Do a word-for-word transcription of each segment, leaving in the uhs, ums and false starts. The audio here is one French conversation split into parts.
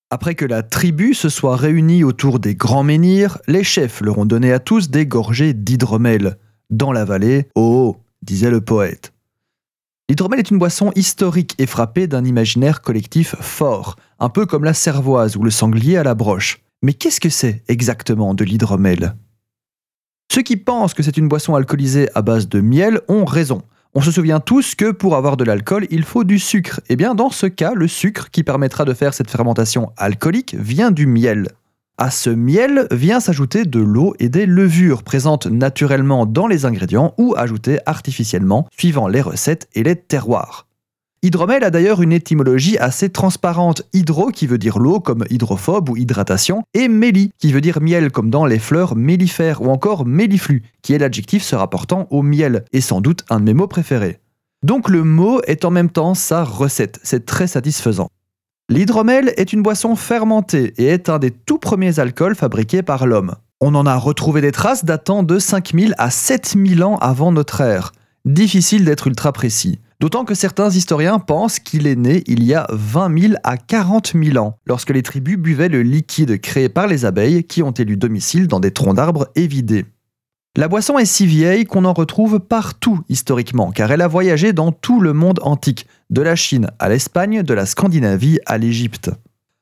Après que la tribu se soit réunie autour des grands menhirs, les chefs leur ont donné à tous des gorgées d'hydromel. Dans la vallée, oh, disait le poète. L'hydromel est une boisson historique et frappée d'un imaginaire collectif fort, un peu comme la cervoise ou le sanglier à la broche. Mais qu'est-ce que c'est exactement de l'hydromel ? Ceux qui pensent que c'est une boisson alcoolisée à base de miel ont raison. On se souvient tous que pour avoir de l'alcool, il faut du sucre. Et bien dans ce cas, le sucre qui permettra de faire cette fermentation alcoolique vient du miel. À ce miel vient s'ajouter de l'eau et des levures présentes naturellement dans les ingrédients ou ajoutées artificiellement suivant les recettes et les terroirs. Hydromel a d'ailleurs une étymologie assez transparente. Hydro qui veut dire l'eau comme hydrophobe ou hydratation et méli qui veut dire miel comme dans les fleurs mellifères ou encore méliflu qui est l'adjectif se rapportant au miel et sans doute un de mes mots préférés. Donc le mot est en même temps sa recette, c'est très satisfaisant. L'hydromel est une boisson fermentée et est un des tout premiers alcools fabriqués par l'homme. On en a retrouvé des traces datant de cinq mille à sept mille ans avant notre ère. Difficile d'être ultra précis. D'autant que certains historiens pensent qu'il est né il y a vingt mille à quarante mille ans, lorsque les tribus buvaient le liquide créé par les abeilles qui ont élu domicile dans des troncs d'arbres évidés. La boisson est si vieille qu'on en retrouve partout historiquement, car elle a voyagé dans tout le monde antique, de la Chine à l'Espagne, de la Scandinavie à l'Égypte.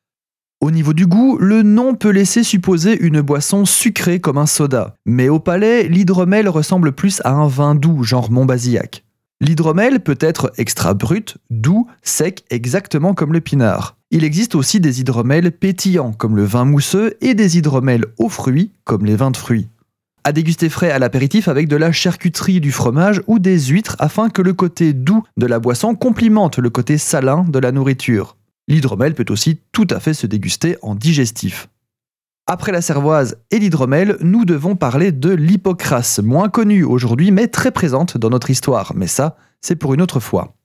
Au niveau du goût, le nom peut laisser supposer une boisson sucrée comme un soda, mais au palais, l'hydromel ressemble plus à un vin doux, genre Montbazillac. L'hydromel peut être extra brut, doux, sec, exactement comme le pinard. Il existe aussi des hydromels pétillants, comme le vin mousseux, et des hydromels aux fruits, comme les vins de fruits. À déguster frais à l'apéritif avec de la charcuterie, du fromage ou des huîtres afin que le côté doux de la boisson complimente le côté salin de la nourriture. L'hydromel peut aussi tout à fait se déguster en digestif. Après la cervoise et l'hydromel, nous devons parler de l'hypocrase, moins connue aujourd'hui mais très présente dans notre histoire. Mais ça, c'est pour une autre fois.